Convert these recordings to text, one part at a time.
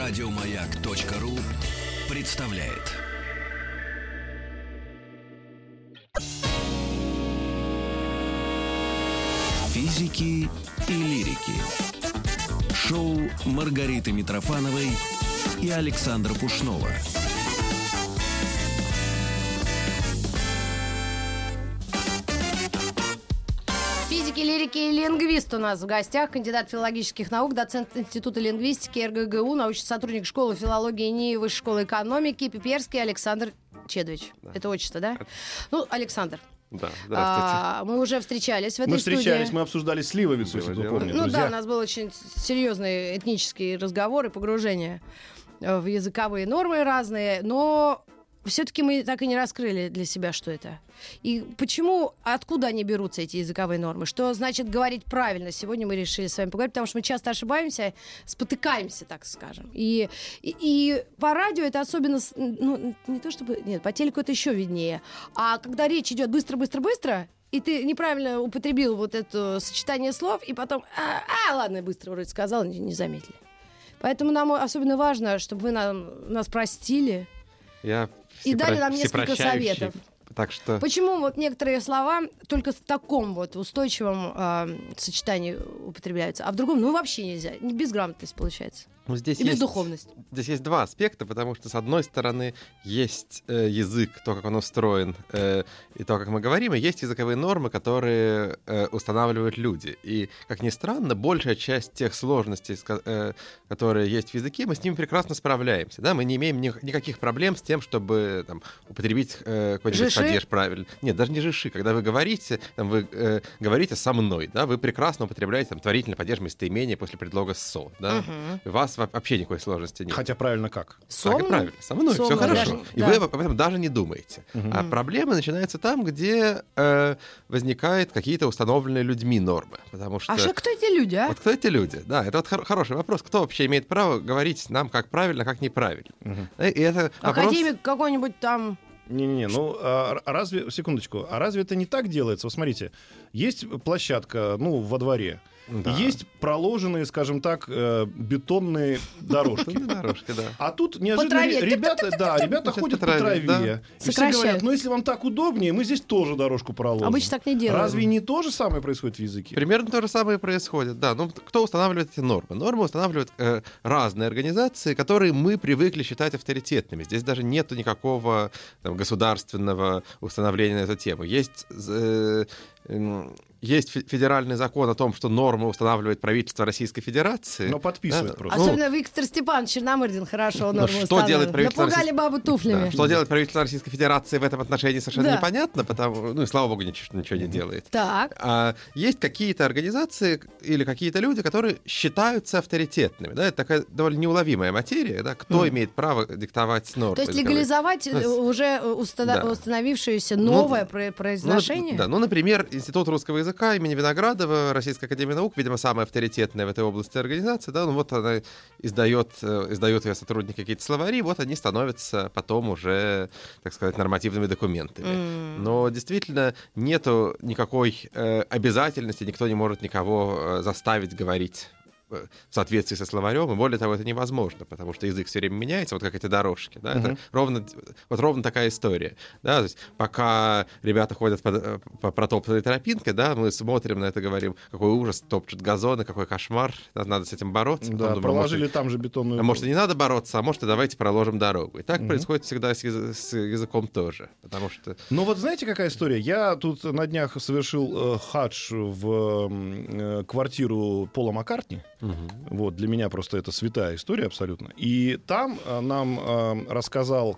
Радиомаяк.ру представляет. Физики и лирики. Шоу Маргариты Митрофановой и Александра Пушнова. Физики, лирики и лингвист у нас в гостях. Кандидат филологических наук, доцент Института лингвистики РГГУ, научный сотрудник школы филологии НИИ Высшей школы экономики Пиперский Александр Чедович. Да. Это отчество, да? Ну, Александр. Да, здравствуйте. Мы уже встречались в этой студии. Мы встречались, мы обсуждали сливовицу, если вы помните. Ну да, у нас был очень серьезный этнический разговор и погружение в языковые нормы разные, но все-таки мы так и не раскрыли для себя, что это. И почему, откуда они берутся, эти языковые нормы? Что значит говорить правильно? Сегодня мы решили с вами поговорить, потому что мы часто ошибаемся, спотыкаемся, так скажем. И по радио это особенно, ну, не то чтобы, нет, по телеку это еще виднее. А когда речь идет быстро-быстро-быстро, и ты неправильно употребил вот это сочетание слов, и потом, ладно, быстро вроде сказал, не заметили. Поэтому нам особенно важно, чтобы вы нас простили, и дали нам несколько советов. Так что... Почему вот некоторые слова только в таком вот устойчивом сочетании употребляются, а в другом, вообще нельзя. Безграмотность получается. Ну, здесь и бездуховность. Здесь есть два аспекта, потому что, с одной стороны, есть язык, то, как он устроен, и то, как мы говорим, и есть языковые нормы, которые устанавливают люди. И, как ни странно, большая часть тех сложностей, которые есть в языке, мы с ними прекрасно справляемся. Да? Мы не имеем никаких проблем с тем, чтобы употребить какой-нибудь падеж правильно. Нет, даже не жиши. Когда вы говорите, вы говорите «со мной», да? Вы прекрасно употребляете творительный падеж местоимения после предлога «со». Да? У вас вообще никакой сложности нет. Хотя правильно как? Так и правильно. Со мной все хорошо. И вы об этом даже не думаете. А проблемы начинаются там, где возникают какие-то установленные людьми нормы. Потому что... кто эти люди, а? Вот кто эти люди? Да, это вот хороший вопрос. Кто вообще имеет право говорить нам, как правильно, как неправильно? И это вопрос... Академик какой-нибудь там... Не-не-не, секундочку, а разве это не так делается? Вот смотрите, есть площадка, во дворе, да. Есть проложенные, скажем так, бетонные дорожки. А тут неожиданно ребята ходят по траве. И все говорят, если вам так удобнее, мы здесь тоже дорожку проложим. Обычно так не делают. Разве не то же самое происходит в языке? Примерно то же самое происходит, да. Кто устанавливает эти нормы? Нормы устанавливают разные организации, которые мы привыкли считать авторитетными. Здесь даже нету никакого государственного установления на эту тему. Есть федеральный закон о том, что нормы устанавливает правительство Российской Федерации. Но подписывает просто. Особенно Виктор Степанович Черномырдин хорошо нормы устанавливает. Напугали бабу туфлями. Да. Что делает правительство Российской Федерации в этом отношении совершенно непонятно, и слава богу, ничего не делает. Так. А есть какие-то организации или какие-то люди, которые считаются авторитетными. Да? Это такая довольно неуловимая материя. Да? Кто имеет право диктовать нормы? То есть легализовать уже установившееся новое произношение? Например, Институт русского языка имени Виноградова, Российская академия наук, видимо, самая авторитетная в этой области организация, да, она издает ее сотрудники какие-то словари, они становятся потом уже, так сказать, нормативными документами. Но действительно нету никакой обязательности, никто не может никого заставить говорить в соответствии со словарем, и более того, это невозможно, потому что язык все время меняется, как эти дорожки. Да? Это ровно такая история. Да? То есть, пока ребята ходят по протоптанной тропинке, да, мы смотрим на это, говорим, какой ужас, топчут газоны, какой кошмар, надо с этим бороться. Да, потом проложили там же бетонную... А может, и не надо бороться, а может, и давайте проложим дорогу. И так происходит всегда с языком тоже, потому что... знаете, какая история? Я тут на днях совершил хадж в квартиру Пола Маккартни. Для меня просто это святая история абсолютно. И там нам рассказал,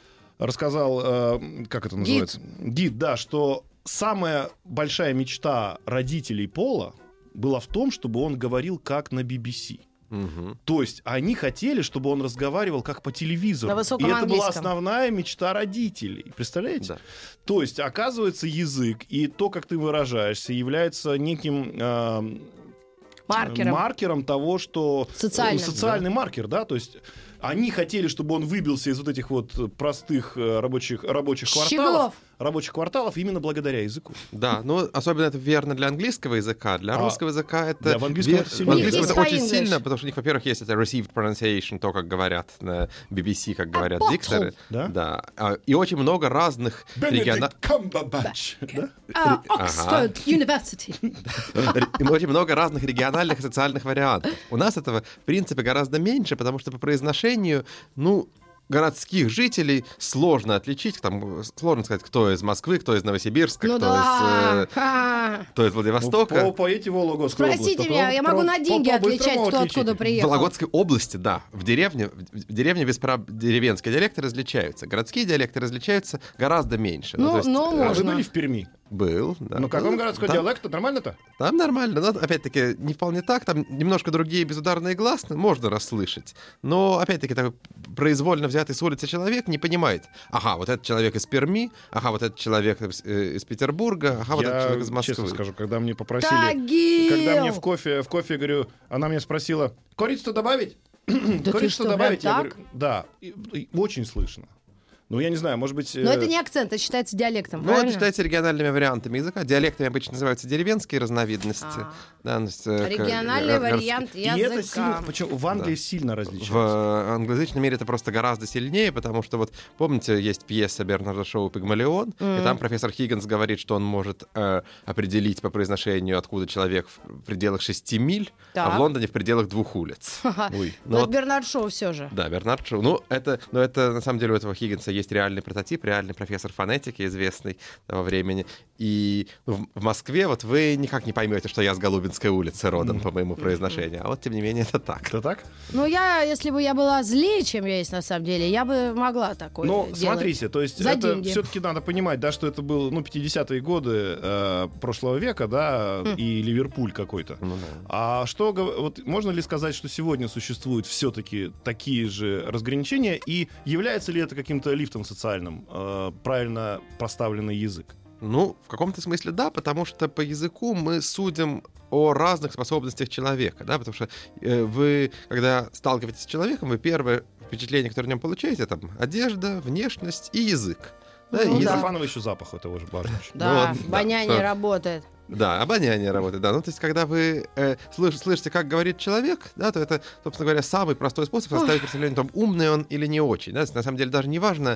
как это называется? Гид, да, что самая большая мечта родителей Пола была в том, чтобы он говорил как на BBC. То есть они хотели, чтобы он разговаривал как по телевизору. И это была основная мечта родителей. Представляете? Да. То есть, оказывается, язык и то, как ты выражаешься, является неким... маркером того, что... Социальный маркер, да, то есть Они хотели, чтобы он выбился из вот этих вот простых рабочих кварталов. рабочих кварталов именно благодаря языку. Да, ну особенно это верно для английского языка. Для русского языка это... в английском это сильнее. В английском это очень English. сильно, потому что у них, во-первых, есть это received pronunciation, то, как говорят на BBC, как говорят дикторы. Да? И очень много разных региональных... Oxford University. Очень много разных региональных и социальных вариантов. У нас этого, в принципе, гораздо меньше, потому что по произношению, городских жителей сложно отличить, там сложно сказать, кто из Москвы, кто из Новосибирска, кто из Владивостока. Поедете в Вологодскую область. Простите меня, я могу на деньги отличать, кто откуда В приехал. Вологодской области, да. В деревне деревенские диалекты различаются. Городские диалекты различаются гораздо меньше. Вы Вы были в Перми? Был, да. Ну, какой городской диалект? Нормально-то? Там нормально, но, опять-таки, не вполне так. Там немножко другие безударные гласные можно расслышать. Но, опять-таки, такой произвольно взятый с улицы человек не понимает. Ага, вот этот человек из Перми, ага, вот этот человек из Петербурга, ага, вот этот человек из Москвы. Я честно скажу, когда мне попросили... Когда мне в кофе, говорю, она меня спросила, корицу добавить? Да корицу добавить? Я говорю, да, и очень слышно. Ну, я не знаю, может быть... Но это не акцент, это считается диалектом, Ну, правильно? это считается региональными вариантами языка. Диалектами обычно называются деревенские разновидности. Региональный вариант языка. И это сильно... Почему? В Англии сильно различается. В англоязычном мире это просто гораздо сильнее, потому что вот, помните, есть пьеса Бернарда Шоу «Пигмалион», и там профессор Хиггинс говорит, что он может определить по произношению, откуда человек в пределах 6 миль, а в Лондоне в пределах 2 улиц. Но это Бернард Шоу все же. Да, Бернард Шоу. Ну, это на самом деле у этого Хиггинса есть реальный прототип, реальный профессор фонетики, известный того времени. И в Москве вот вы никак не поймете, что я с Голубинской улицы родом по моему произношению. А вот, тем не менее, это так. Это так? Ну, если бы я была злее, чем я есть на самом деле, я бы могла такое делать. Ну, смотрите, то есть за это деньги. все-таки надо понимать, да, что это было, 50-е годы прошлого века, да, и Ливерпуль какой-то. А что, вот можно ли сказать, что сегодня существуют все-таки такие же разграничения, и является ли это каким-то лифтом социальным, правильно поставленный язык? Ну, в каком-то смысле да, потому что по языку мы судим о разных способностях человека, да, потому что вы, когда сталкиваетесь с человеком, вы первое впечатление, которое в нем получаете, там, одежда, внешность и язык. Да, Ну, и да. Митрофанова еще запах этого же важно. Да, вот, обоняние да. работает. Да, обоняние работает, да. Ну, то есть, когда вы слышите, как говорит человек, да, то это, собственно говоря, самый простой способ составить представление о том, умный он или не очень. Да? На самом деле, даже не важно,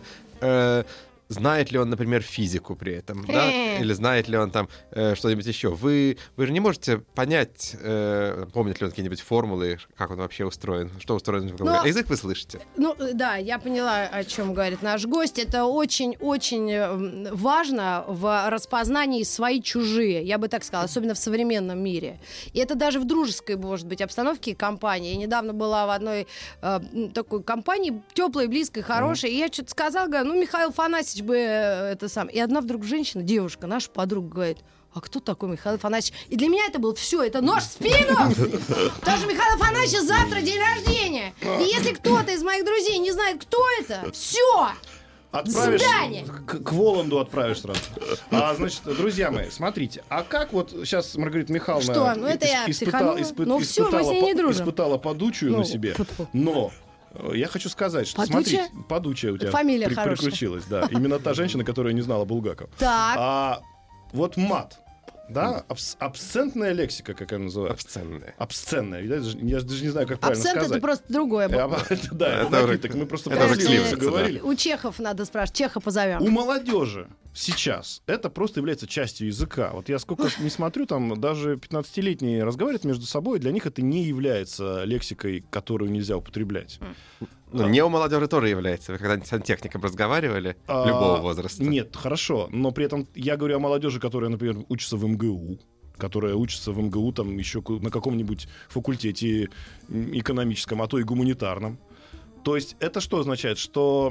знает ли он, например, физику при этом, да? Или знает ли он там что-нибудь еще. Вы же не можете понять, помнит ли он какие-нибудь формулы, как он вообще устроен, что устроено в голове. А язык вы слышите. Ну, да, я поняла, о чем говорит наш гость. Это очень-очень важно в распознании свои-чужие, я бы так сказала, особенно в современном мире. И это даже в дружеской, может быть, обстановке компании. Я недавно была в одной такой компании, теплой, близкой, хорошей, и я что-то сказала, говорю, Михаил Афанасьевич бы это сам. И одна вдруг женщина, девушка, наша подруга, говорит, а кто такой Михаил Афанасьевич? И для меня это было все, это нож в спину! Потому что Михаил Афанасьевич завтра день рождения. И если кто-то из моих друзей не знает, кто это, все! Отправишь, Свидание! к Воланду отправишь сразу. Значит, друзья мои, смотрите, а как вот сейчас Маргарита Михайловна Что? Ну, это я психанула. Ну, всё, мы с ней не дружим. испытала подучую на себе, но я хочу сказать, что, Подучая? смотрите, подучая у тебя Фамилия хорошая. приключилась, да. Именно та женщина, которая не знала Булгакова. Так. А вот мат, да, абсцентная лексика, как она называется? Обсценная. Я даже не знаю, как правильно Абсент сказать. это просто другое. Да, это напиток. Мы просто про сливки говорили. У чехов надо спрашивать, чеха позовем. У молодежи сейчас это просто является частью языка. Вот я сколько не смотрю, там даже 15-летние разговаривают между собой, для них это не является лексикой, которую нельзя употреблять. Ну, не у молодежи тоже является. Вы когда-нибудь с сантехником разговаривали? Любого возраста. Нет, хорошо. Но при этом я говорю о молодежи, которая, например, учится в МГУ. Которая учится в МГУ там еще на каком-нибудь факультете экономическом, а то и гуманитарном. То есть это что означает? Что,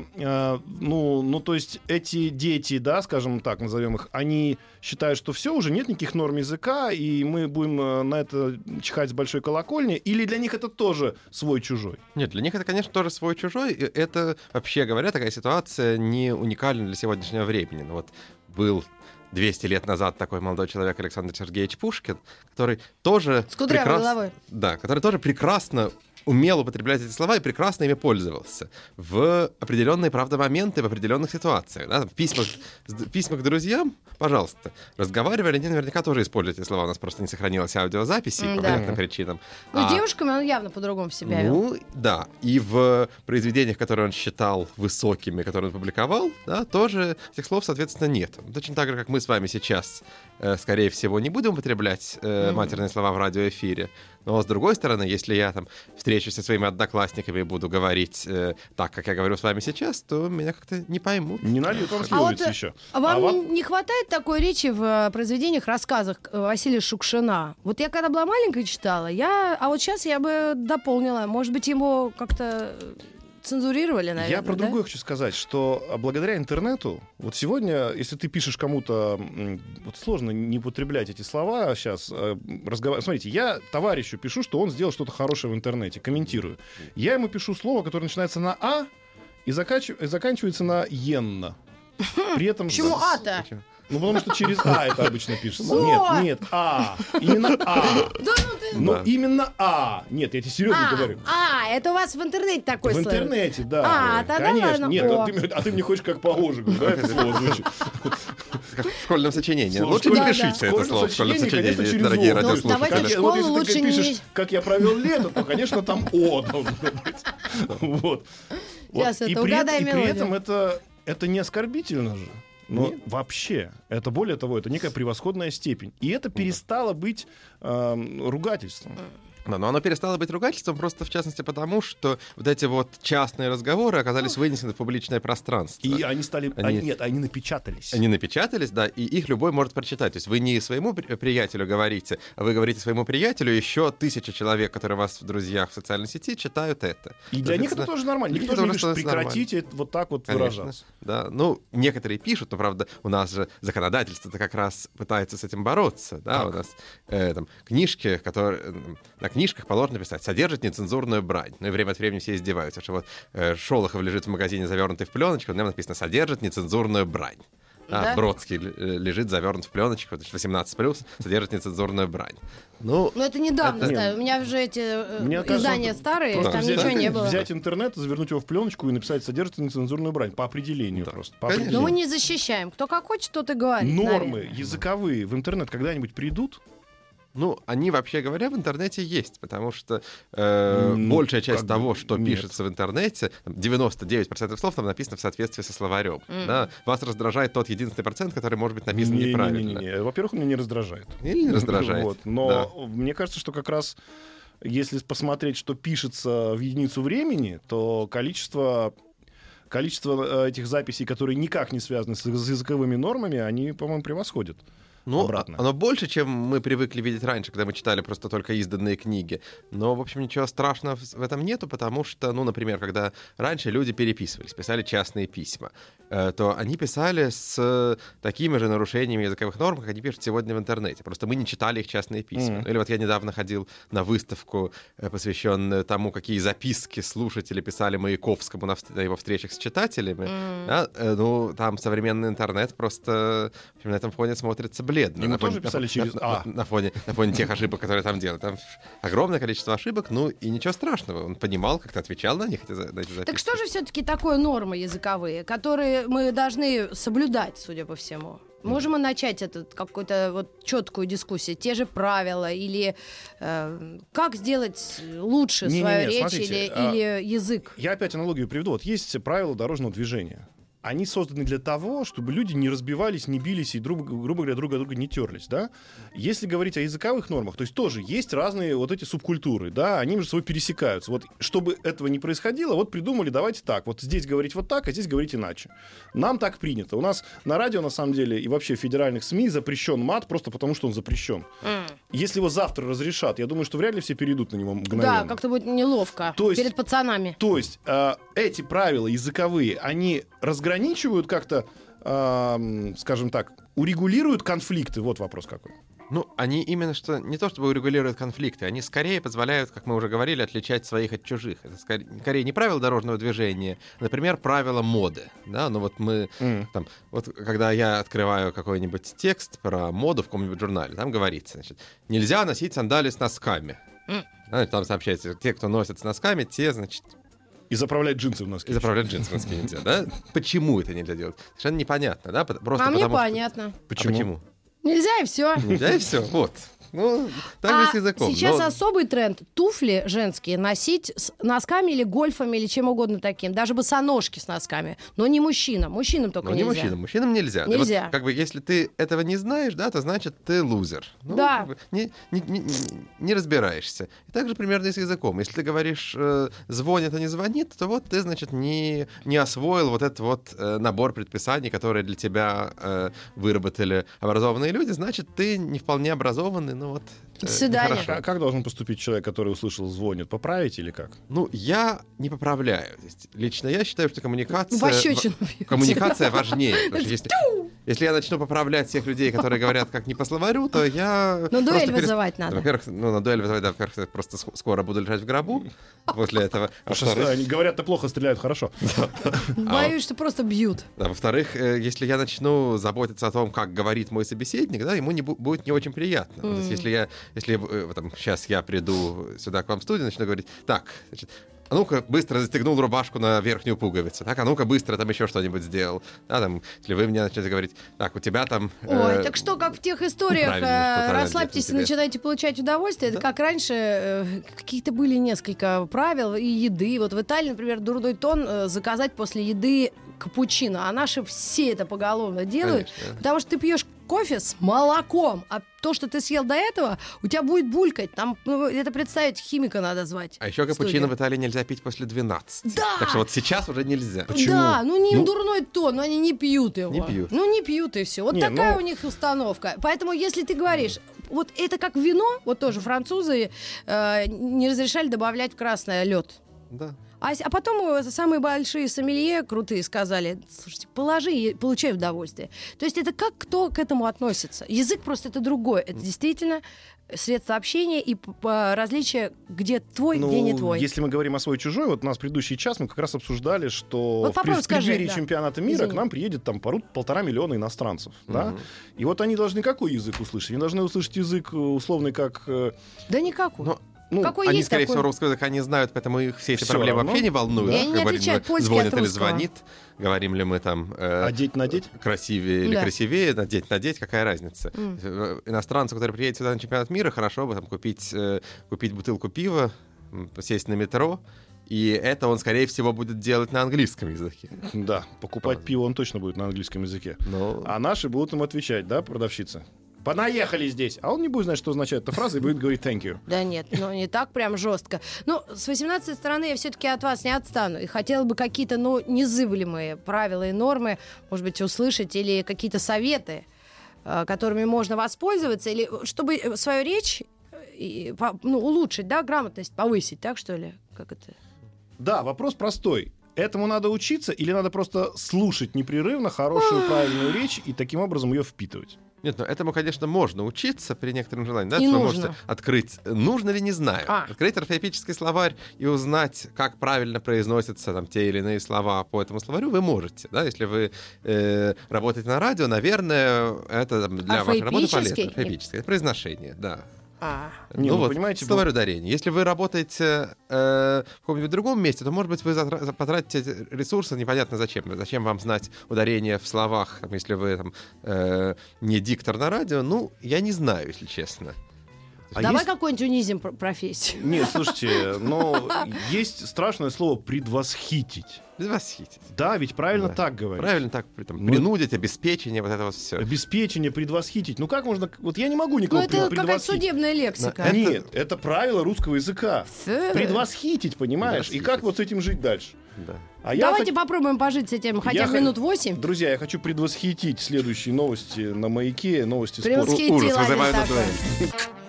то есть эти дети, да, скажем так, назовем их, они считают, что все, уже нет никаких норм языка, и мы будем на это чихать с большой колокольни, или для них это тоже свой-чужой? Нет, для них это, конечно, тоже свой-чужой. И это, вообще говоря, такая ситуация не уникальна для сегодняшнего времени. Ну, вот был 200 лет назад такой молодой человек Александр Сергеевич Пушкин, который тоже с кудрявой головой. Да, который тоже прекрасно умел употреблять эти слова и прекрасно ими пользовался в определенные, правда, моменты, в определенных ситуациях. Да? В письмах к друзьям, пожалуйста, разговаривали, они наверняка тоже используют эти слова, у нас просто не сохранилось аудиозаписи по понятным причинам. Ну, с девушками он явно по-другому себя вел. Ну, да. И в произведениях, которые он считал высокими, которые он публиковал, да, тоже этих слов, соответственно, нет. Точно так же, как мы с вами сейчас, скорее всего, не будем употреблять матерные слова в радиоэфире. Но, с другой стороны, если я там встречусь со своими одноклассниками и буду говорить так, как я говорю с вами сейчас, то меня как-то не поймут. Не нальют вам сливовицы еще. Вам не хватает такой речи в произведениях, рассказах Василия Шукшина? Вот я когда была маленькая читала, а вот сейчас я бы дополнила. Может быть, ему как-то цензурировали, наверное. Я про другое хочу сказать, что благодаря интернету, вот сегодня, если ты пишешь кому-то, вот сложно не употреблять эти слова сейчас, смотрите, я товарищу пишу, что он сделал что-то хорошее в интернете, комментирую. Я ему пишу слово, которое начинается на «а» и заканчивается на «енно». При этом... Почему «а»-то? Ну, потому что через «а» это обычно пишется. Нет, «а». Именно «а». Но именно «а». Нет, я тебе серьезно говорю. Это у вас в интернете такой В слово? интернете, да. Тогда конечно. ладно. Нет, ты мне хочешь как похоже, да, это слово звучит. Как в школьном сочинении. Слушай, Лучше не да, пишите это слово в школьном конечно, сочинении, через дорогие «о». радиослушатели. давайте в Вот школу если ты лучше пишешь, не- как я провел лето, то, конечно, там «о» должно быть. Вот. Сейчас И это при угадай этом мелодию. это не оскорбительно же. Но вообще, это более того, это некая превосходная степень. И это перестало быть ругательством. Да, но оно перестало быть ругательством просто, в частности, потому что вот эти вот частные разговоры оказались вынесены в публичное пространство. И они стали... Они напечатались. Они напечатались, да, и их любой может прочитать. То есть вы не своему приятелю говорите, а вы говорите своему приятелю, еще 1000 человек, которые у вас в друзьях в социальной сети, читают это. И для них это тоже нормально. Никто не пишет, прекратите вот так вот выражаться. Да, ну, некоторые пишут, но, правда, у нас же законодательство-то как раз пытается с этим бороться, да, у нас там книжки, которые... На книжках положено писать «содержит нецензурную брань». Ну и время от времени все издеваются, что вот Шолохов лежит в магазине, завернутый в пленочку, на нем написано «содержит нецензурную брань». Да? Бродский лежит завернут в пленочку, 18+, содержит нецензурную брань. Ну, это недавно ставили. У меня уже эти издания старые, там ничего не было. Взять интернет, завернуть его в пленочку и написать «содержит нецензурную брань» по определению просто. По определению. Но мы не защищаем. Кто как хочет, тот и говорит. Нормы языковые в интернет когда-нибудь придут? Ну, они, вообще говоря, в интернете есть, потому что большая часть того, что пишется в интернете, 99% слов там написано в соответствии со словарем. Да? Вас раздражает тот единственный процент, который может быть написан неправильно. Не. Во-первых, он меня не раздражает. Или не раздражает. Вот. Но мне кажется, что как раз если посмотреть, что пишется в единицу времени, то количество этих записей, которые никак не связаны с языковыми нормами, они, по-моему, превосходят. Ну, обратно. Оно больше, чем мы привыкли видеть раньше, когда мы читали просто только изданные книги. Но, в общем, ничего страшного в этом нету, потому что, ну, например, когда раньше люди переписывались, писали частные письма, то они писали с такими же нарушениями языковых норм, как они пишут сегодня в интернете. Просто мы не читали их частные письма. Или вот я недавно ходил на выставку, посвященную тому, какие записки слушатели писали Маяковскому на его встречах с читателями. Да? Ну, там современный интернет просто, в общем, на этом фоне смотрится бледно. И мы тоже писали через «а». На фоне тех ошибок, которые там делают. Там огромное количество ошибок, ну и ничего страшного. Он понимал, как-то отвечал на них, эти записки. Так что же все-таки такое нормы языковые, которые мы должны соблюдать, судя по всему? Можем мы начать какую-то вот четкую дискуссию, те же правила или как сделать лучше свою речь или язык? Я опять аналогию приведу. Вот есть правила дорожного движения. Они созданы для того, чтобы люди не разбивались, не бились и, грубо говоря, друг от друга не терлись, да? Если говорить о языковых нормах, то есть тоже есть разные вот эти субкультуры, да, они между собой пересекаются. Вот чтобы этого не происходило, вот придумали, давайте так, вот здесь говорить вот так, а здесь говорить иначе. Нам так принято. У нас на радио, на самом деле, и вообще в федеральных СМИ запрещен мат просто потому, что он запрещен. Если его завтра разрешат, я думаю, что вряд ли все перейдут на него мгновенно. Да, как-то будет неловко перед пацанами. То есть эти правила языковые, они разграничивают как-то, скажем так, урегулируют конфликты? Вот вопрос какой. Ну, они именно что не то чтобы урегулируют конфликты, они скорее позволяют, как мы уже говорили, отличать своих от чужих. Это скорее не правила дорожного движения, например, правила моды. Да? Ну вот мы там, вот когда я открываю какой-нибудь текст про моду в каком-нибудь журнале, там говорится, значит, нельзя носить сандали с носками. Там сообщается, те, кто носят с носками, те, значит... И заправлять джинсы в носки. И заправлять джинсы в носки нельзя, да? Почему это нельзя делать? Совершенно непонятно, да? Просто мне потому, понятно. Почему? Почему? Нельзя, и все. Нельзя, и все. Вот. Ну, так же с языком. Сейчас особый тренд. Туфли женские носить с носками или гольфами, или чем угодно таким. Даже босоножки с носками. Но не мужчинам. Мужчинам только Но не нельзя. мужчинам. Мужчинам нельзя. Нельзя. Вот, как бы, если ты этого не знаешь, да, то значит ты лузер. Ну, Да. как бы, не разбираешься. И так же примерно и с языком. Если ты говоришь звонит, а не звонит, то вот ты, значит, не освоил вот этот вот набор предписаний, которые для тебя выработали образованные люди, значит, ты не вполне образованный, ну вот. До свидания. Нехорошо. А как должен поступить человек, который услышал звонит? Поправить или как? Ну, я не поправляю. То есть, лично я считаю, что коммуникация важнее. Потому что если я начну поправлять всех людей, которые говорят как не по словарю, то я... Ну, дуэль вызывать надо. Во-первых, на дуэль вызывать, да, во-первых, я просто скоро буду лежать в гробу после этого. Они говорят-то плохо, стреляют хорошо. Боюсь, что просто бьют. Да, во-вторых, если я начну заботиться о том, как говорит мой собеседник, да, ему будет не очень приятно. То есть, если сейчас я приду сюда к вам в студию, начну говорить, так, значит, а ну-ка быстро застегнул рубашку на верхнюю пуговицу, так, а ну-ка быстро там еще что-нибудь сделал. Да, там, если вы мне начнете говорить, так, у тебя там... Ой, так что, как в тех историях, правильно расслабьтесь и начинайте получать удовольствие. Да? Это как раньше какие-то были несколько правил и еды. Вот в Италии, например, дурной тон заказать после еды капучино. А наши все это поголовно делают, конечно, потому что ты пьешь кофе с молоком, а то, что ты съел до этого, у тебя будет булькать. Там, это представить, химика надо звать. А еще капучино в Италии нельзя пить после 12. Да! Так что вот сейчас уже нельзя. Почему? Да, дурной тон, но они не пьют его. Не пьют. Не пьют, и все. Вот такая у них установка. Поэтому, если ты говоришь, вот это как вино, вот тоже французы не разрешали добавлять в красное лед. Да. А потом самые большие сомелье крутые сказали, слушайте, положи и получай удовольствие. То есть это как кто к этому относится. Язык просто это другое. Это действительно средство общения и различие, где твой, где не твой. Если мы говорим о свой-чужой, вот у нас предыдущий час мы как раз обсуждали, что вот в преддверии чемпионата мира к нам приедет там 1,5 миллиона иностранцев. Да? И вот они должны какой язык услышать? Они должны услышать язык условный как... Да никакой. Какой они, есть скорее такой? всего, русский язык они знают, поэтому их все эти Всё проблемы равно. вообще не волнуют. И они не отличают польский звонит от или русского. звонит, говорим ли мы там Одеть-надеть? красивее или красивее, надеть, какая разница. Иностранцу, который приедет сюда на чемпионат мира, хорошо бы там купить бутылку пива, сесть на метро, и это он, скорее всего, будет делать на английском языке. Да, покупать пиво он точно будет на английском языке. А наши будут ему отвечать, да, продавщица? Понаехали здесь. А он не будет знать, что означает эта фраза, и будет говорить thank you. Да нет, не так прям жестко. С 18-й стороны я все-таки от вас не отстану. И хотела бы какие-то, незыблемые правила и нормы, может быть, услышать, или какие-то советы, которыми можно воспользоваться, или чтобы свою речь улучшить, да, грамотность повысить, так что ли? Как это? Да, вопрос простой. Этому надо учиться или надо просто слушать непрерывно хорошую, правильную речь и таким образом ее впитывать? Нет, этому, конечно, можно учиться при некотором желании. Да? И Вы нужно. можете открыть, нужно ли, не знаю, открыть орфоэпический словарь и узнать, как правильно произносятся там те или иные слова по этому словарю, вы можете. Да? Если вы работаете на радио, наверное, это для вашей работы полезно. Орфоэпическое произношение, да. Понимаете, словарь ударений. Если вы работаете в каком-нибудь другом месте, то, может быть, вы потратите ресурсы непонятно зачем. Зачем вам знать ударение в словах, если вы не диктор на радио? Я не знаю, если честно. Давай какой-нибудь унизим профессию. Нет, слушайте, но есть страшное слово «предвосхитить». Предвосхитить. Да, ведь правильно так говорить. Правильно так, принудить, обеспечение, вот это вот все. Обеспечение, предвосхитить. Как можно... Вот я не могу никого предвосхитить. Это какая-то судебная лексика. Нет, это правило русского языка. Предвосхитить, понимаешь? И как вот с этим жить дальше? Да. Давайте попробуем пожить с этим хотя бы минут 8. Друзья, я хочу предвосхитить следующие новости на «Маяке», новости спорта. Ужас, вызывают на дуэль.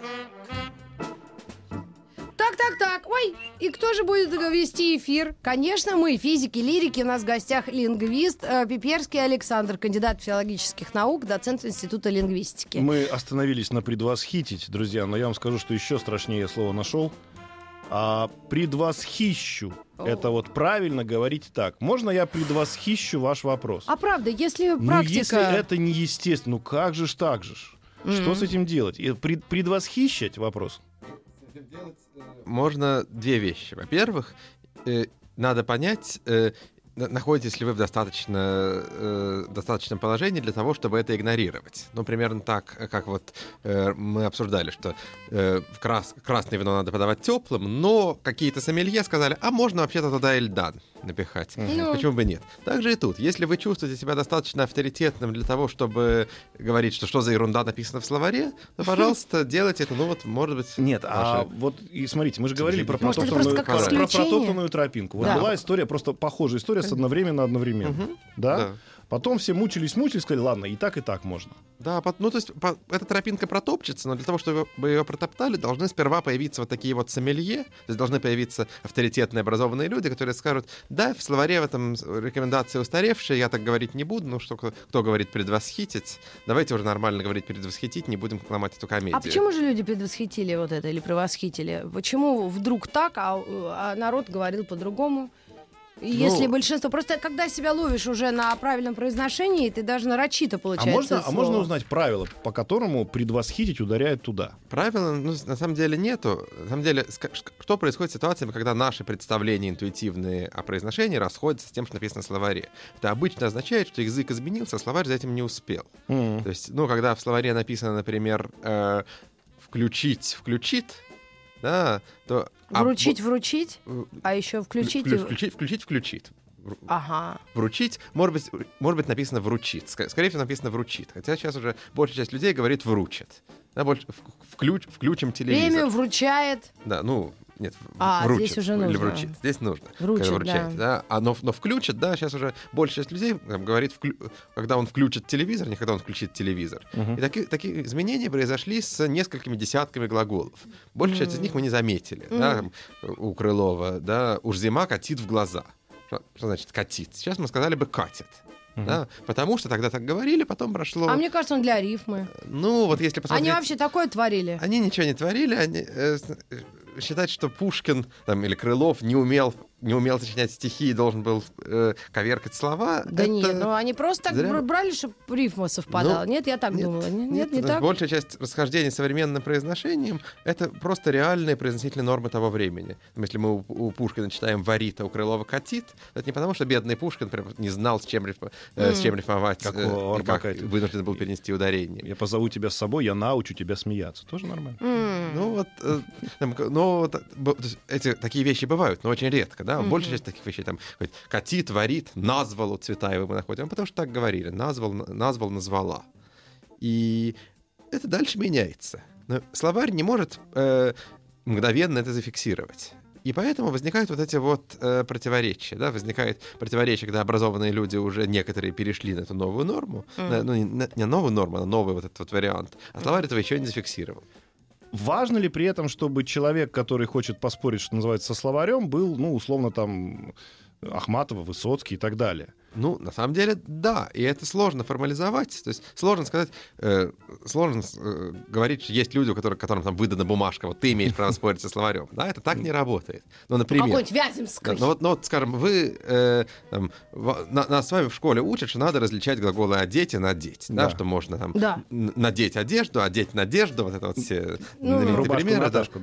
Так. Ой, и кто же будет вести эфир? Конечно, мы, физики, лирики. У нас в гостях лингвист Пиперский Александр, кандидат филологических наук, доцент Института лингвистики. Мы остановились на предвосхитить, друзья, но я вам скажу, что еще страшнее слово нашел. Предвосхищу. Это вот правильно говорить так. Можно я предвосхищу ваш вопрос? А правда, если практика... если это неестественно, как же ж так же? Что с этим делать? Предвосхищать вопрос? можно две вещи. Во-первых, надо понять, находитесь ли вы в достаточном положении для того, чтобы это игнорировать. Ну, примерно так, как вот мы обсуждали, что красное вино надо подавать теплым, но какие-то сомелье сказали, а можно вообще-то туда эльдан напихать. Почему бы нет? Так же и тут. Если вы чувствуете себя достаточно авторитетным для того, чтобы говорить, что за ерунда написано в словаре, то, пожалуйста, делайте это. Ну, вот, может быть... Нет, а вот, и смотрите, мы же говорили про Может, протоптанную тропинку. Вот Да. была история, просто похожая история с одновременно. Да? Потом все мучились, сказали, ладно, и так можно. Да, ну то есть эта тропинка протопчется, но для того, чтобы ее протоптали, должны сперва появиться вот такие вот сомелье, то есть должны появиться авторитетные образованные люди, которые скажут, да, в словаре в этом рекомендации устаревшие, я так говорить не буду, ну что, кто говорит предвосхитить, давайте уже нормально говорить предвосхитить, не будем ломать эту комедию. А почему же люди предвосхитили вот это или превосхитили? Почему вдруг так, а народ говорил по-другому? Если большинство... Просто когда себя ловишь уже на правильном произношении, ты даже нарочито получается А можно узнать правила, по которому предвосхитить ударяет туда? Правила, на самом деле, нету. На самом деле, что происходит с ситуациями, когда наши представления интуитивные о произношении расходятся с тем, что написано в словаре? Это обычно означает, что язык изменился, а словарь за этим не успел. То есть, когда в словаре написано, например, включить, да, то... Вручить, а еще включить... Включить. Ага. Вручить, может быть написано вручит. Скорее всего, написано вручит. Хотя сейчас уже большая часть людей говорит вручит. Да, больше включим телевизор. Премию вручает. Да, нет, вручит. Здесь уже нужно. Или вручит. Здесь нужно. Вручит, да. Но включит, да, сейчас уже большая часть людей говорит, когда он включит телевизор, не когда он включит телевизор. И такие изменения произошли с несколькими десятками глаголов. Большая часть из них мы не заметили. Да, у Крылова, да, уж зима катит в глаза. Что значит катит? Сейчас мы сказали бы катит. Да, потому что тогда так говорили, потом прошло... А мне кажется, он для рифмы. Ну, вот если посмотреть... Они вообще такое творили? Они ничего не творили. Считать, что Пушкин или Крылов не умел сочинять стихи и должен был коверкать слова... Да нет, они просто так брали, чтобы рифма совпадала. Нет, я так думала. Нет, не так. Большая часть расхождений с современным произношением — это просто реальные произносительные нормы того времени. Если мы у Пушкина читаем «варит», а у Крылова «катит», это не потому, что бедный Пушкин прям не знал, с чем рифмовать, как вынужден был перенести ударение. Я позову тебя с собой, я научу тебя смеяться. Тоже нормально. Такие вещи бывают, но очень редко, да. Большая часть таких вещей там катит, варит, назвал у Цветаева мы находим, потому что так говорили, назвал, назвала. И это дальше меняется. Но словарь не может мгновенно это зафиксировать. И поэтому возникают вот эти вот противоречия. Да? Возникает противоречие, когда образованные люди уже некоторые перешли на эту новую норму. Не новую норму, а новый вот этот вот вариант. А словарь этого еще не зафиксировал. Важно ли при этом, чтобы человек, который хочет поспорить, что называется, со словарем, был, условно, там, Ахматова, Высоцкий и так далее? На самом деле, да, и это сложно формализовать, то есть сложно сказать, говорить, что есть люди, которым там выдана бумажка, вот ты имеешь право спорить со словарем, да, это так не работает. Например, какой-нибудь Вяземский. Скажем, нас с вами в школе учат, что надо различать глаголы «одеть» и «надеть», да, что можно там надеть одежду, одеть надежду, вот это вот все знаменитые примеры. Рубашку,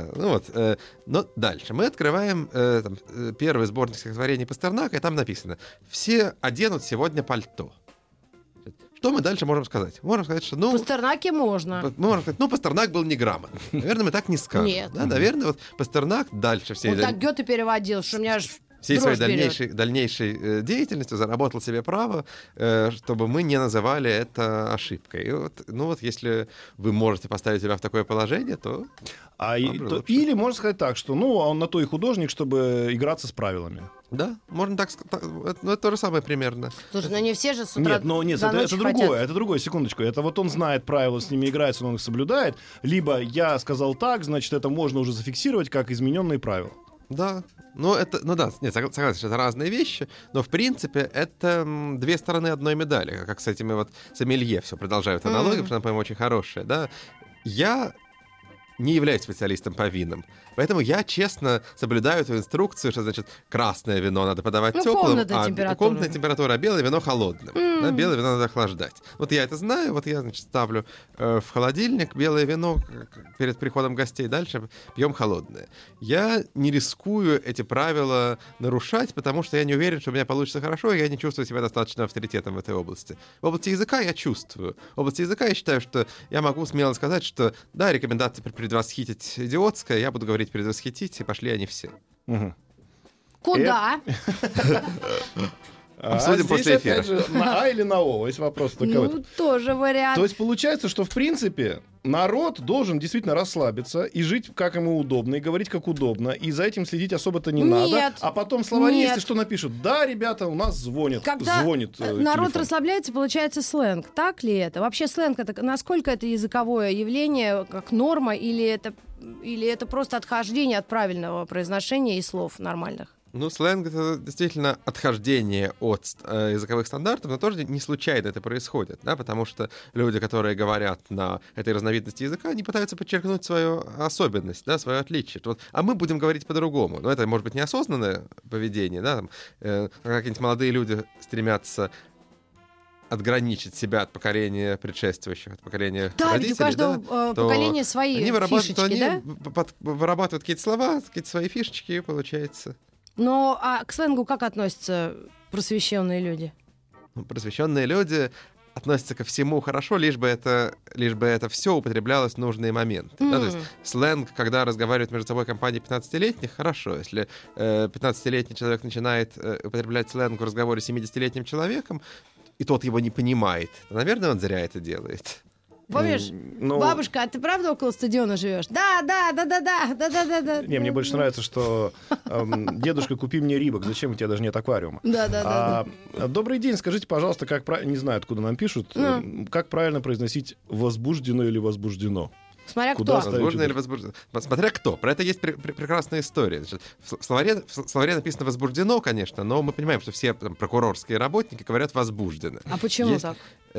Но дальше мы открываем первый сборник стихотворений Пастернака, и там написано «Все оденут сегодня пальто». Что мы дальше можем сказать? Можем сказать, что... Пастернаке можно. Мы можем сказать, Пастернак был неграмотный. Наверное, мы так не скажем. Нет. Да, наверное, вот Пастернак дальше всей... Так Гёте переводил, что у меня аж всей своей дальнейшей деятельностью заработал себе право, чтобы мы не называли это ошибкой. И если вы можете поставить себя в такое положение, то... Или можно сказать так, что он на то и художник, чтобы играться с правилами. Да, можно так сказать. Это то же самое примерно. Слушай, не все же с утра это другое, секундочку. Это вот он знает правила, с ними играется, он их соблюдает. Либо я сказал так, значит, это можно уже зафиксировать как измененные правила. Да, согласен, что это разные вещи, но в принципе это две стороны одной медали, как с этими вот сомелье все продолжают аналогию, потому что она, по-моему, очень хорошая, да. Я не являюсь специалистом по винам. Поэтому я честно соблюдаю эту инструкцию, что, значит, красное вино надо подавать теплым, комнатная температура, а белое вино холодным. Да, белое вино надо охлаждать. Вот я это знаю, вот я, значит, ставлю в холодильник белое вино перед приходом гостей, дальше пьем холодное. Я не рискую эти правила нарушать, потому что я не уверен, что у меня получится хорошо, и я не чувствую себя достаточно авторитетом в этой области. В области языка я чувствую. В области языка я считаю, что я могу смело сказать, что да, рекомендация предвосхитить идиотская, я буду говорить предвосхитить, и пошли они все. Угу. Куда? Обсудим после эфира. Опять же, на А или на О? Есть вопрос таковой. Ну, тоже вариант. То есть получается, что в принципе народ должен действительно расслабиться и жить как ему удобно, и говорить как удобно, и за этим следить особо-то не надо. А потом словари, если что, напишут: да, ребята, у нас звонит. Когда звонит народ телефон. Расслабляется, получается сленг. Так ли это? Вообще сленг, это насколько это языковое явление, как норма, или это просто отхождение от правильного произношения и слов нормальных? Ну, сленг — это действительно отхождение от языковых стандартов, но тоже не случайно это происходит, да, потому что люди, которые говорят на этой разновидности языка, они пытаются подчеркнуть свою особенность, да, свое отличие. Вот, а мы будем говорить по-другому. Но это, может быть, неосознанное поведение, да, там, какие-нибудь молодые люди стремятся отграничить себя от поколения предшествующих, от поколения родителей. Да, ведь у каждого поколения свои фишечки, да? Вырабатывают какие-то слова, какие-то свои фишечки, и получается... Но к сленгу как относятся просвещенные люди? Просвещенные люди относятся ко всему хорошо, лишь бы это все употреблялось в нужные моменты. Да? То есть сленг, когда разговаривают между собой компании 15-летних, хорошо. Если 15-летний человек начинает употреблять сленг в разговоре с 70-летним человеком, и тот его не понимает, то, наверное, он зря это делает. Помнишь, бабушка, а ты правда около стадиона живешь? Да. Не, мне больше нравится, что дедушка, купи мне рибок, зачем у тебя даже нет аквариума? Да. Добрый день, скажите, пожалуйста, не знаю, откуда нам пишут, как правильно произносить возбуждено или возбуждено? Смотря Куда кто. Возбуждено или возбуждено. Смотря кто. Про это есть прекрасная история. Значит, в словаре написано «возбуждено», конечно, но мы понимаем, что все там, прокурорские работники говорят «возбуждено». А почему так?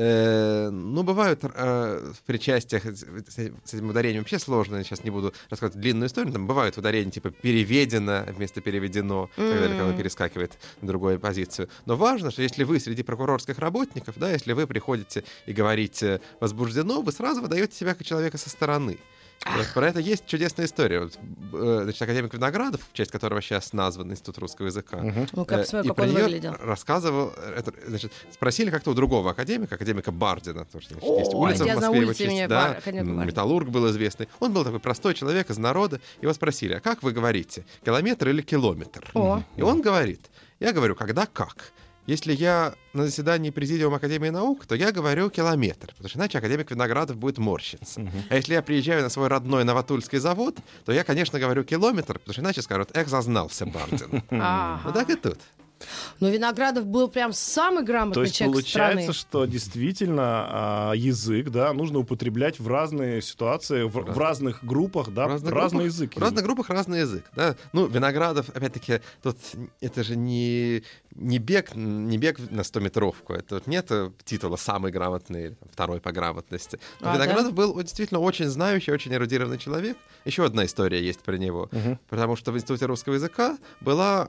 Бывают в причастиях с этим ударением вообще сложно. Я сейчас не буду рассказывать длинную историю. Там бывают ударения типа «переведено» вместо «переведено», когда оно перескакивает на другую позицию. Но важно, что если вы среди прокурорских работников, да, если вы приходите и говорите «возбуждено», вы сразу выдаете себя как человека со стороны. Вот про это есть чудесная история. Вот, значит, академик Виноградов, в честь которого сейчас назван Институт русского языка, Ну, как и он выглядел. Рассказывал, значит, спросили как-то у другого академика Бардина, потому что значит, есть улица в Москве, его честь, да, металлург был известный. Он был такой простой человек из народа. Его спросили: а как вы говорите, километр или километр? И он говорит: я говорю, когда как. Если я на заседании Президиума Академии наук, то я говорю километр, потому что иначе академик Виноградов будет морщиться. А если я приезжаю на свой родной Новотульский завод, то я, конечно, говорю километр, потому что иначе скажут: эх, зазнался Бардин. Вот так и тут. Но Виноградов был прям самый грамотный человек страны. То есть получается, что действительно язык, да, нужно употреблять в разные ситуации, в разных группах, да, разный язык. В разных группах разный язык, да. Ну, Виноградов, опять-таки, тут это же не бег на 100-метровку. Это вот нет титула «самый грамотный» или второй по грамотности. Но Виноградов был действительно очень знающий, очень эрудированный человек. Еще одна история есть про него. Потому что в Институте русского языка была...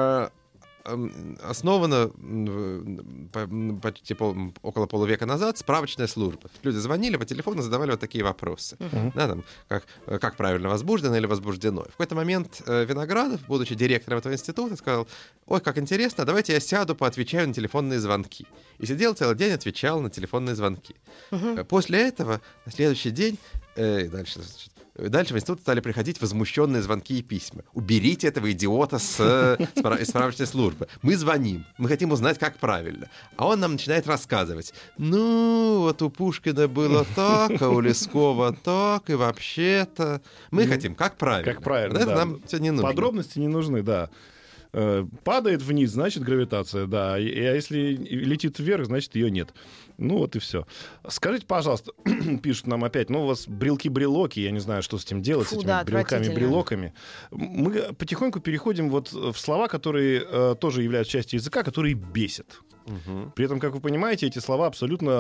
основана почти около полувека назад справочная служба. Люди звонили по телефону, задавали вот такие вопросы. Да, там, как правильно, возбуждено или возбуждено. В какой-то момент Виноградов, будучи директором этого института, сказал: ой, как интересно, давайте я сяду, поотвечаю на телефонные звонки. И сидел целый день, отвечал на телефонные звонки. После этого, на следующий день, дальше в институт стали приходить возмущенные звонки и письма. Уберите этого идиота из справочной службы. Мы звоним, мы хотим узнать, как правильно. А он нам начинает рассказывать. Ну, вот у Пушкина было так, а у Лескова так, и вообще-то... Мы хотим, как правильно. Как правильно, это да. нам все не нужно. Подробности не нужны, да. Падает вниз, значит гравитация, да. А если летит вверх, значит ее нет. Ну вот и все. Скажите, пожалуйста, пишут нам опять, у вас брелки-брелоки, я не знаю, что с этим делать, с этими брелками-брелоками. Мы потихоньку переходим вот в слова, которые тоже являются частью языка, которые бесят. При этом, как вы понимаете, эти слова абсолютно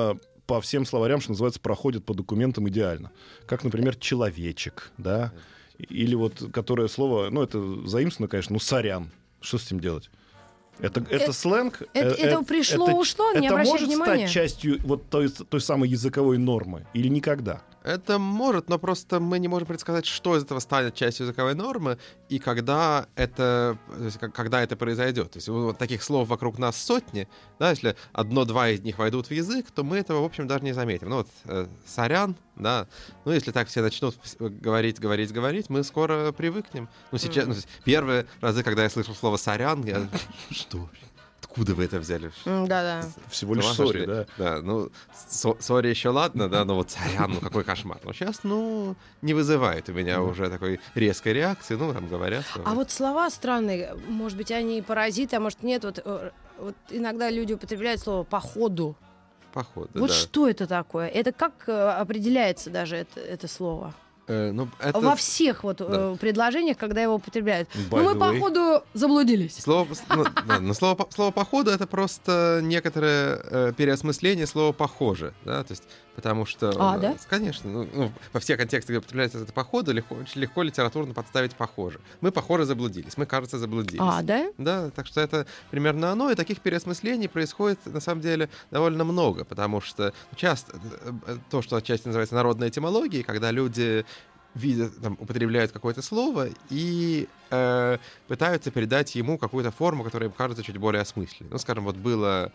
по всем словарям, что называется, проходят по документам идеально. Как, например, человечек, да, или вот, которое слово, ну, это заимствовано, конечно, сорян. Что с этим делать? Это сленг. Это пришло-ушло, не обращайте внимания. Это может стать частью вот той самой языковой нормы или никогда? Это может, но просто мы не можем предсказать, что из этого станет частью языковой нормы и когда это произойдет. То есть вот таких слов вокруг нас сотни, да, если 1-2 из них войдут в язык, то мы этого, в общем, даже не заметим. Ну вот сорян, да, ну если так все начнут говорить, мы скоро привыкнем. Ну сейчас, первые разы, когда я слышал слово сорян, я... Что? Откуда вы это взяли? Да-да. Всего лишь сори, да? Да, ну, сори еще ладно, да, но вот сорян, ну какой кошмар. Но сейчас, не вызывает у меня уже такой резкой реакции, там говорят. А вот слова странные, может быть, они паразиты, а может нет. Вот иногда люди употребляют слово «походу». Походу, вот да. что это такое? Это как определяется даже это слово? Это... Во всех предложениях, когда его употребляют. Мы, походу, заблудились. Слово «походу» — это просто некоторое переосмысление слова «похоже». Да? То есть, потому что... да? Конечно. Во всех контекстах, где употребляется это «походу», очень легко литературно подставить «похоже». Мы, похоже, заблудились. Мы, кажется, заблудились. Да? Да, так что это примерно оно. И таких переосмыслений происходит, на самом деле, довольно много. Потому что часто то, что отчасти называется народной этимологией, когда люди употребляют какое-то слово и пытаются передать ему какую-то форму, которая им кажется чуть более осмысленной. Ну, скажем, вот было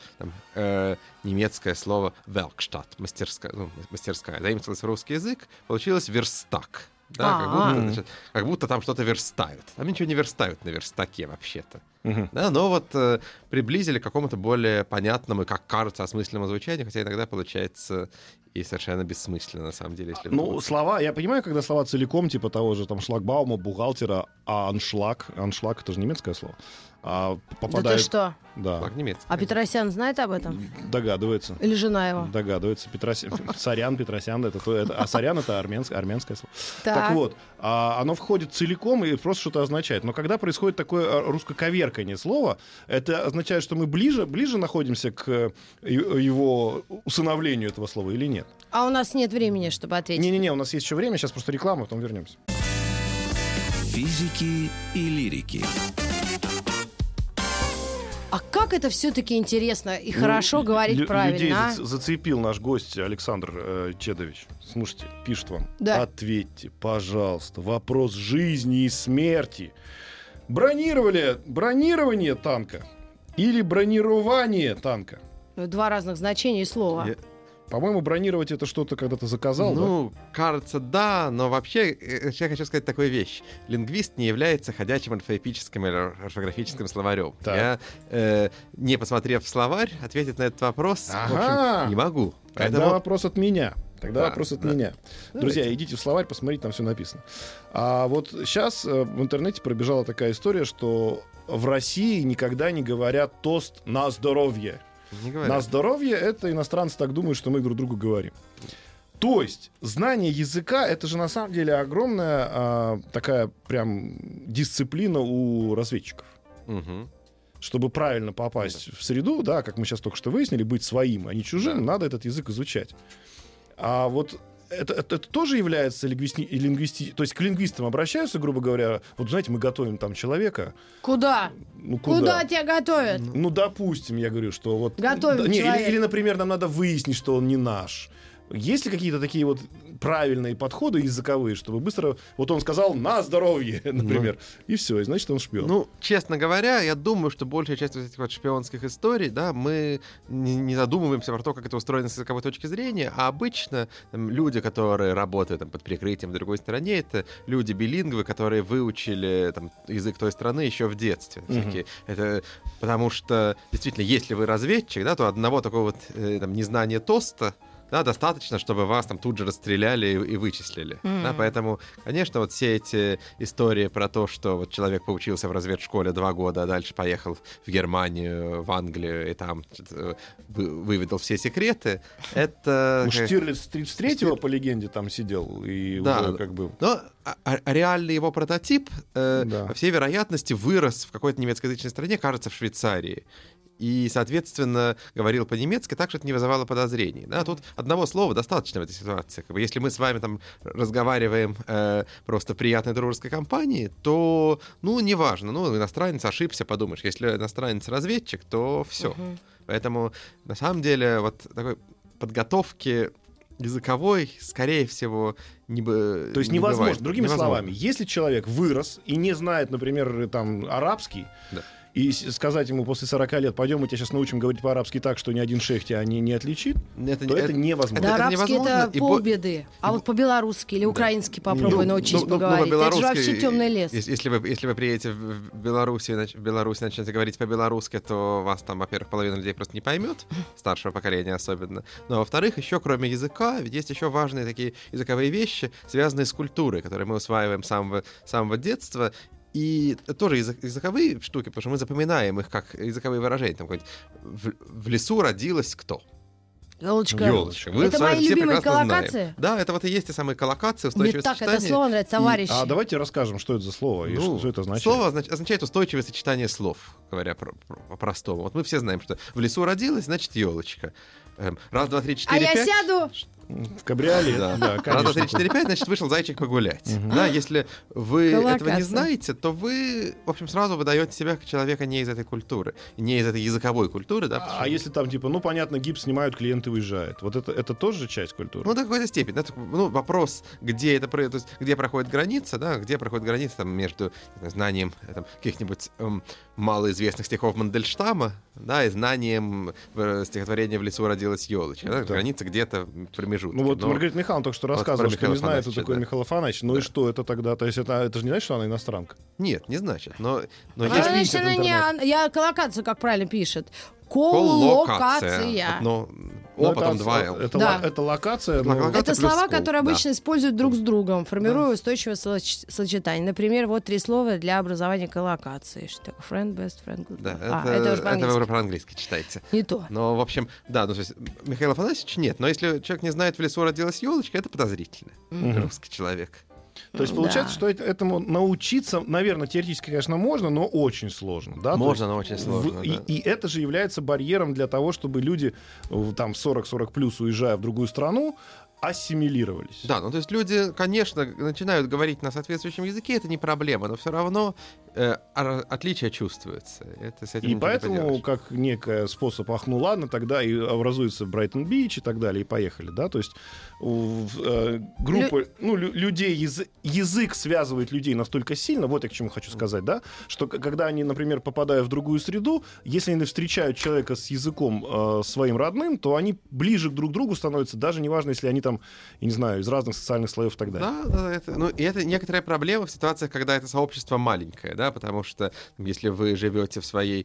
немецкое слово «Werkstatt», мастерская, заимствовалось в русский язык, получилось «верстак». Да, как будто там что-то верстают. Там ничего не верстают на верстаке вообще-то. Да, но вот приблизили к какому-то более понятному и, как кажется, осмысленному звучанию, хотя иногда получается и совершенно бессмысленно, на самом деле. Если слова, я понимаю, когда слова целиком, типа того же там шлагбаума, бухгалтера, аншлаг, это же немецкое слово, попадает... Да ты что? Да. А Петросян знает об этом? Догадывается. Или жена его? Догадывается. Сорян, Петросян, а сорян — это армянское слово. Так вот, оно входит целиком и просто что-то означает. Но когда происходит такое русско-коверканье слова, это означает, что мы ближе находимся к его усыновлению этого слова или нет? А у нас нет времени, чтобы ответить. Не-не-не, у нас есть еще время, сейчас просто реклама, потом вернемся. Физики и лирики. А как это все-таки интересно и хорошо говорить правильно? Людей зацепил наш гость Александр Чедович. Слушайте, пишет вам. Да. Ответьте, пожалуйста, вопрос жизни и смерти. Бронирование танка или бронирование танка? Два разных значения слова. По-моему, бронировать — это что-то, когда ты заказал, да? Кажется, да, но вообще я хочу сказать такую вещь. Лингвист не является ходячим орфоэпическим или орфографическим словарем. Так. Я, не посмотрев словарь, ответить на этот вопрос, в общем, не могу. Тогда вопрос от меня. Вопрос от меня. Давайте. Друзья, идите в словарь, посмотрите, там все написано. А вот сейчас в интернете пробежала такая история, что в России никогда не говорят тост «на здоровье». На здоровье — это иностранцы так думают, что мы друг другу говорим. То есть знание языка — это же на самом деле огромная такая прям дисциплина у разведчиков. Чтобы правильно попасть в среду, да, как мы сейчас только что выяснили, быть своим, а не чужим, надо этот язык изучать. А вот это тоже является лингвистикой. То есть к лингвистам обращаются, грубо говоря, вот знаете, мы готовим там человека. Куда? Куда тебя готовят? Допустим, я говорю, что вот... Готовим человека. Или, например, нам надо выяснить, что он не наш. Есть ли какие-то такие вот правильные подходы языковые, чтобы быстро... Вот он сказал «на здоровье», например, и все, и значит, он шпион. Честно говоря, я думаю, что большая часть этих вот шпионских историй, да, мы не задумываемся про то, как это устроено с языковой точки зрения, а обычно люди, которые работают под прикрытием в другой стране, это люди билингвы, которые выучили язык той страны еще в детстве. Это потому что, действительно, если вы разведчик, да, то одного такого вот незнания тоста, да, достаточно, чтобы вас тут же расстреляли и вычислили. Да, поэтому, конечно, вот все эти истории про то, что вот человек поучился в разведшколе 2 года, а дальше поехал в Германию, в Англию, и там выведал все секреты, это... Штирлиц 33-го, по легенде, там сидел, и уже как бы... Но реальный его прототип, по всей вероятности, вырос в какой-то немецкоязычной стране, кажется, в Швейцарии. и, соответственно, говорил по-немецки, так что это не вызывало подозрений. Да? Тут одного слова достаточно в этой ситуации. Как бы, если мы с вами там разговариваем просто в приятной дружеской компании, то, неважно, иностранец ошибся, подумаешь. Если иностранец разведчик, то все. Поэтому, на самом деле, вот такой подготовки языковой, скорее всего, то есть невозможно. Другими словами, если человек вырос и не знает, например, там, арабский, и сказать ему после 40 лет, пойдем, мы тебя сейчас научим говорить по-арабски так, что ни один шейх тебя не отличит, то это невозможно. Да, арабский — это полбеды. А вот по-белорусски или украински попробуй научись поговорить. Это же вообще темный лес. Если вы приедете в Беларусь начнете говорить по-белорусски, то вас там, во-первых, половина людей просто не поймет, старшего поколения особенно. Но, во-вторых, еще кроме языка, есть еще важные такие языковые вещи, связанные с культурой, которые мы усваиваем с самого детства. И тоже языковые штуки, потому что мы запоминаем их как языковые выражения. Там в лесу родилась кто? Ёлочка. Это мои любимые коллокации? Да, это вот и есть те самые коллокации, устойчивые сочетания. Мне так это слово нравится, товарищи. А давайте расскажем, что это за слово и что это означает. Слово означает устойчивое сочетание слов, говоря по-простому. Вот мы все знаем, что в лесу родилась, значит, ёлочка. Раз, два, три, четыре, пять. А я сяду... В кабриолет, да, конечно. Раз, два, три, четыре, пять, значит, вышел зайчик погулять. Да, если вы этого не знаете, то вы, в общем, сразу выдаете себя как человека не из этой культуры, не из этой языковой культуры, да. А если там, понятно, гипс снимают, клиенты уезжают. Вот это тоже часть культуры? До какой-то степени. Да, вопрос, где проходит граница, да, где проходит граница там, между знанием каких-нибудь малоизвестных стихов Мандельштама, да, и знанием стихотворения «В лесу родилась ёлочка». Да? Граница где-то в промежутке. Маргарита Михайловна только что рассказывала, что не знает, кто такой Михаил Афанасьевич. И что это тогда? То есть это же не значит, что она иностранка? Нет, не значит. Но значит, она не... Я коллокацию, как правильно пишет. Коллокация. Потом два «л». Это локация. Это слова, которые обычно используют друг с другом, формируя устойчивое сочетание. Например, вот 3 слова для образования коллокации. Что такое? Friend, best friend, good. Это уже по-английски. Это вы по-английски читаете. Не то. Но, в общем, да, то есть Михаил Афанасьевич нет. Но если человек не знает, в лесу родилась ёлочка, это подозрительно. Русский человек. То есть получается, что этому научиться, наверное, теоретически, конечно, можно, но очень сложно. Да? Можно, но очень сложно. И это же является барьером для того, чтобы люди, там, 40 плюс, уезжая в другую страну, ассимилировались. Да, то есть люди, конечно, начинают говорить на соответствующем языке, это не проблема, но все равно отличие чувствуется. И поэтому, как некий способ, ладно, тогда и образуется Брайтон-Бич и так далее, и поехали, да, то есть группа, людей, язык связывает людей настолько сильно, вот я к чему хочу сказать, да, что когда они, например, попадая в другую среду, если они встречают человека с языком своим родным, то они ближе друг к другу становятся, даже неважно, если они там, я не знаю, из разных социальных слоев и так далее. Да, и это некоторая проблема в ситуациях, когда это сообщество маленькое, да, потому что если вы живете в своем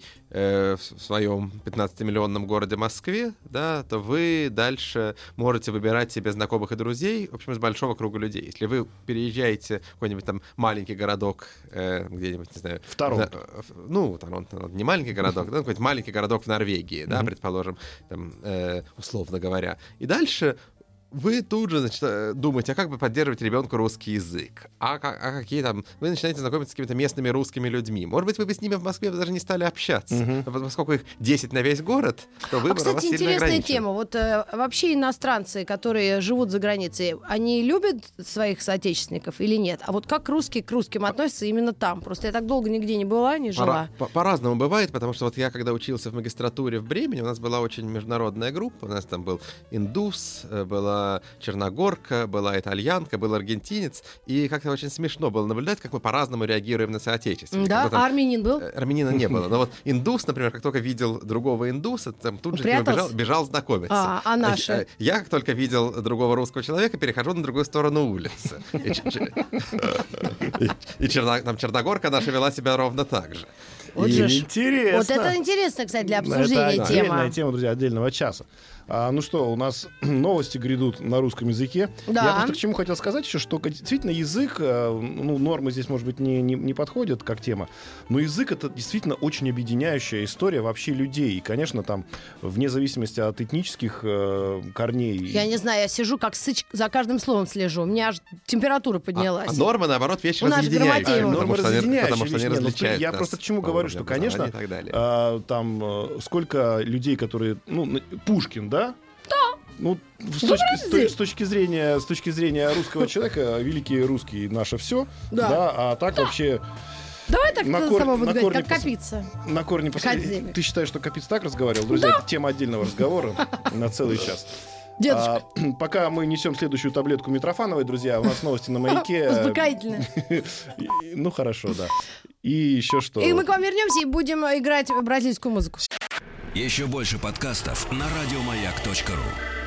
15-миллионном городе Москве, да, то вы дальше можете выбирать себе знакомых и друзей, в общем, из большого круга людей. Если вы переезжаете в какой-нибудь там маленький городок, где-нибудь, не знаю... В Торонто. Он не маленький городок, да, какой-нибудь маленький городок в Норвегии, да, предположим, там, условно говоря. И дальше вы тут же, думаете, а как бы поддерживать ребенку русский язык? А какие там... Вы начинаете знакомиться с какими-то местными русскими людьми. Может быть, вы бы с ними в Москве даже не стали общаться. Поскольку их 10 на весь город, то выбор у вас кстати, сильно ограничен. интересная тема. Вот вообще иностранцы, которые живут за границей, они любят своих соотечественников или нет? А вот как русские к русским относятся именно там? Просто я так долго нигде не была, не жила. По-разному бывает, потому что вот я, когда учился в магистратуре в Бремени, у нас была очень международная группа. У нас там был индус, была черногорка, была итальянка, был аргентинец. И как-то очень смешно было наблюдать, как мы по-разному реагируем на соотечественников. Да, а армянин был? Армянина не было. Но вот индус, например, как только видел другого индуса, там тут же к нему бежал знакомиться. А наши? Я, как только видел другого русского человека, перехожу на другую сторону улицы. И черногорка наша вела себя ровно так же. Вот интересно. Вот это интересно, кстати, для обсуждения тема. Это отдельная тема, друзья, отдельного часа. Ну что, у нас новости грядут на русском языке. Да. Я просто к чему хотел сказать еще, что действительно язык, нормы здесь, может быть, не подходят как тема, но язык — это действительно очень объединяющая история вообще людей. И, конечно, там, вне зависимости от этнических корней... Я не знаю, я сижу как сыч, за каждым словом слежу. У меня аж температура поднялась. А норма, наоборот, вещь У нас разъединяющая. Грамотеева. Потому что они вещь. различают Я нас просто к чему по говорю, уровню что, конечно, образования и так далее. там сколько людей, которые... Пушкин, да? Да. С точки зрения русского человека, великий русский — наше все. Да. А так вообще... Давай так на само буду говорить, как корне Капица. На корне Академик. Ты считаешь, что Капица так разговаривал? Друзья, это тема отдельного разговора на целый час. Дедушка. Пока мы несем следующую таблетку Митрофановой, друзья, у нас новости на Маяке. Успокоительно. Ну, хорошо, да. И еще что? И мы к вам вернемся и будем играть бразильскую музыку. Еще больше подкастов на радиомаяк.ру.